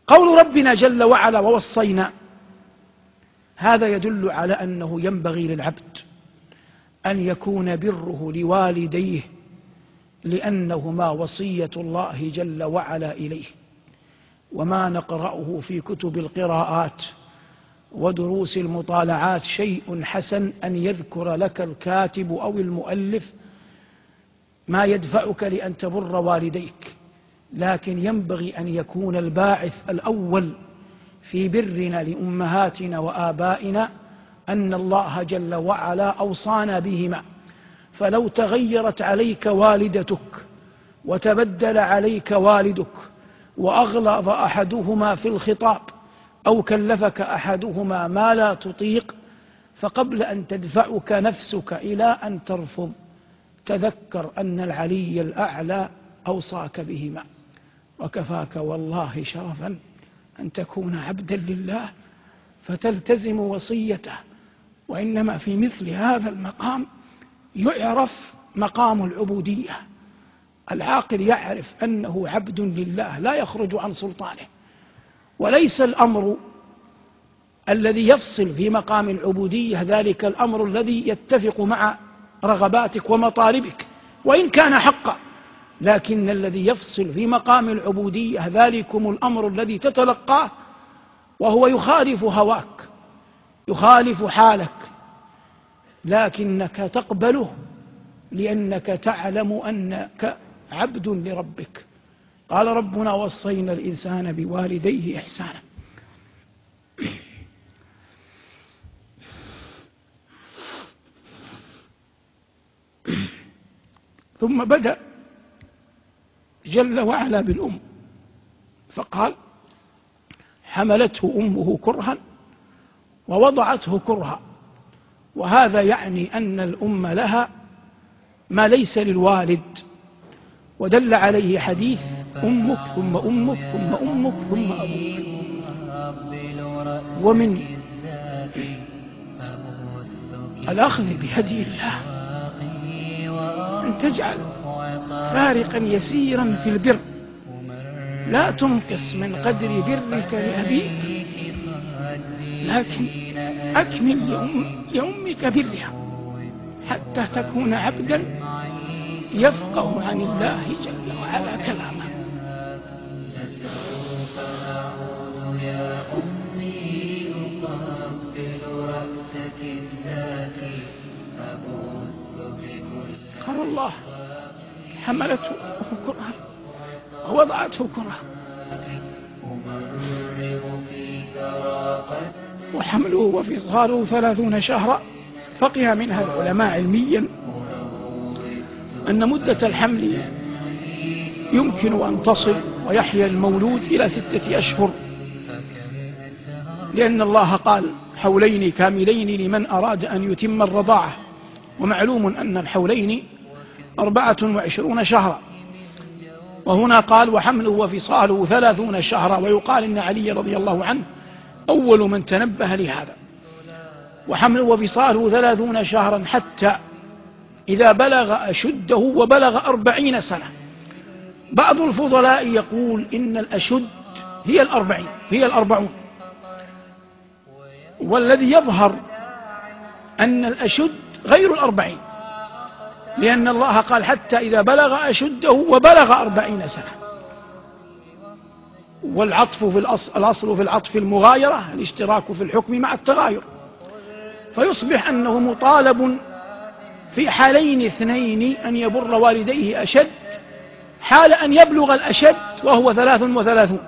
قول ربنا جل وعلا ووصينا، هذا يدل على أنه ينبغي للعبد أن يكون بره لوالديه، لأنهما وصية الله جل وعلا إليه. وما نقرأه في كتب القراءات ودروس المطالعات شيء حسن أن يذكر لك الكاتب أو المؤلف ما يدفعك لأن تبر والديك، لكن ينبغي أن يكون الباعث الأول في برنا لأمهاتنا وآبائنا أن الله جل وعلا أوصانا بهما. فلو تغيرت عليك والدتك وتبدل عليك والدك وأغلظ أحدهما في الخطاب أو كلفك أحدهما ما لا تطيق، فقبل أن تدفعك نفسك إلى أن ترفض تذكر أن العلي الأعلى أوصاك بهما. وكفاك والله شرفا أن تكون عبدا لله فتلتزم وصيته. وإنما في مثل هذا المقام يعرف مقام العبودية. العاقل يعرف أنه عبد لله لا يخرج عن سلطانه، وليس الأمر الذي يفصل في مقام العبودية ذلك الأمر الذي يتفق مع رغباتك ومطالبك وإن كان حقا، لكن الذي يفصل في مقام العبودية ذلكم الأمر الذي تتلقاه وهو يخالف هواك يخالف حالك، لكنك تقبله لأنك تعلم أنك عبد لربك. قال ربنا وصينا الإنسان بوالديه إحسانا. ثم بدأ جل وعلا بالأم فقال حملته أمه كرها ووضعته كرها، وهذا يعني أن الأم لها ما ليس للوالد، ودل عليه حديث أمك ثم أمك ثم أمك ثم أبوك. ومن الأخذ بهدي الله أن تجعل فارقا يسيرا في البر، لا تنقص من قدر برك لأبيك، لكن أكمل لأمك برها حتى تكون عبدا يفقه عن الله جل وعلا كلامه. قال الله حملته كرها ووضعته كرها، وحمله وفصاله 30 شهرا. فقه منها العلماء علميا أن مدة الحمل يمكن أن تصل ويحيا المولود إلى 6 أشهر، لأن الله قال حولين كاملين لمن أراد أن يتم الرضاعة، ومعلوم أن الحولين 24 شهرا. وهنا قال وحمله وفصاله 30 شهرا، ويقال إن علي رضي الله عنه أول من تنبه لهذا. وحمله وفصاله 30 شهرا حتى إذا بلغ أشده وبلغ 40 سنة. بعض الفضلاء يقول إن الأشد هي 40، والذي يظهر أن الأشد غير 40، لأن الله قال حتى إذا بلغ أشده وبلغ 40 سنة. والعطف في الأصل في العطف المغايرة، الاشتراك في الحكم مع التغاير، فيصبح أنه مطالب في حالين اثنين أن يبر والديه أشد، حال أن يبلغ الأشد وهو 33،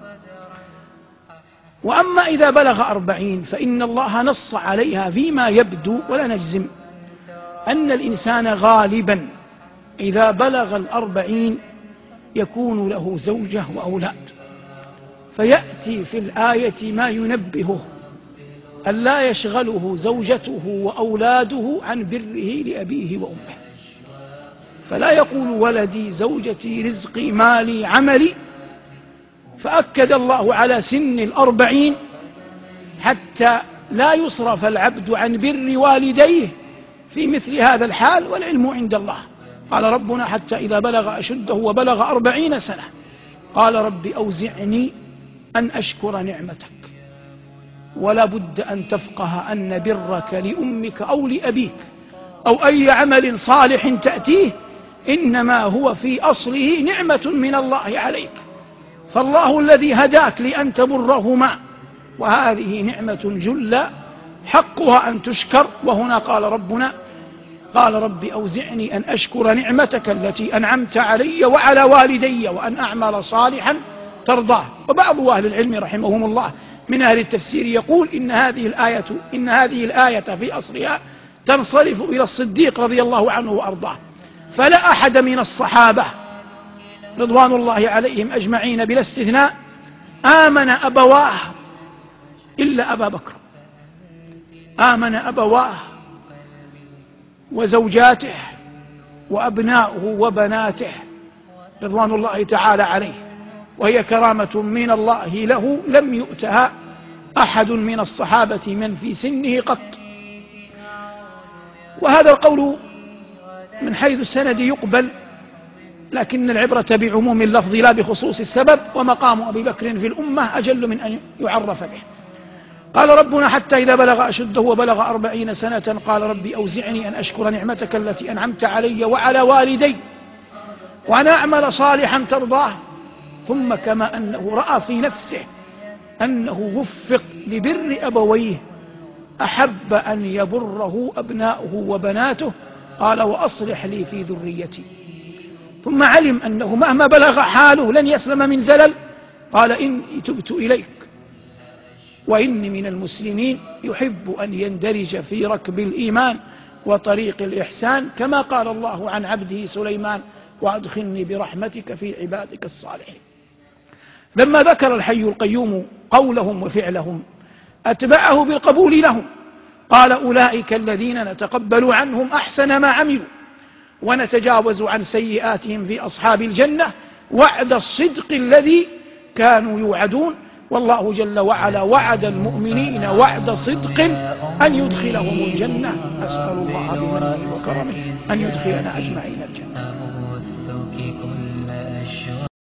وأما إذا بلغ 40 فإن الله نص عليها فيما يبدو ولا نجزم أن الإنسان غالبا إذا بلغ 40 يكون له زوجة وأولاد، فيأتي في الآية ما ينبهه أن لا يشغله زوجته وأولاده عن بره لأبيه وأمه. فلا يقول ولدي زوجتي رزقي مالي عملي، فأكد الله على سن 40 حتى لا يصرف العبد عن بر والديه في مثل هذا الحال، والعلم عند الله. قال ربنا حتى إذا بلغ أشده وبلغ 40 سنة قال رب أوزعني أن أشكر نعمتك، ولا بد أن تفقه أن برك لأمك أو لأبيك أو أي عمل صالح تأتيه إنما هو في أصله نعمة من الله عليك، فالله الذي هداك لأن تبرهما، وهذه نعمة جلة حقها أن تشكر. وهنا قال ربنا: قال رب أوزعني أن أشكر نعمتك التي أنعمت علي وعلى والدي وأن أعمل صالحا ترضاه. وبعض أهل العلم رحمهم الله من أهل التفسير يقول إن هذه الآية في أصلها تنصرف إلى الصديق رضي الله عنه وأرضاه، فلا أحد من الصحابة رضوان الله عليهم أجمعين بلا استثناء آمن أبواه إلا أبا بكر، آمن أبواه وزوجاته وأبناؤه وبناته رضوان الله تعالى عليه، وهي كرامة من الله له لم يؤتها أحد من الصحابة من في سنه قط. وهذا القول من حيث السند يقبل، لكن العبرة بعموم اللفظ لا بخصوص السبب، ومقام أبي بكر في الأمة أجل من أن يعرف به. قال ربنا: حتى إذا بلغ أشده وبلغ 40 سنة قال ربي أوزعني أن أشكر نعمتك التي أنعمت علي وعلى والدي وأن أعمل صالحا ترضاه. ثم كما أنه رأى في نفسه أنه وفق لبر أبويه أحب أن يبره أبناؤه وبناته، قال: وأصلح لي في ذريتي. ثم علم أنه مهما بلغ حاله لن يسلم من زلل، قال: إني تبت إليك وإني من المسلمين، يحب أن يندرج في ركب الإيمان وطريق الإحسان، كما قال الله عن عبده سليمان: وأدخلني برحمتك في عبادك الصالحين. لما ذكر الحي القيوم قولهم وفعلهم أتبعه بالقبول لهم، قال: أولئك الذين نتقبل عنهم أحسن ما عملوا ونتجاوز عن سيئاتهم في أصحاب الجنة وعد الصدق الذي كانوا يوعدون. والله جل وعلا وعد المؤمنين وعد صدق أن يدخلهم الجنة. أسأل الله بمنه وكرمه أن يدخلنا أجمعين الجنة.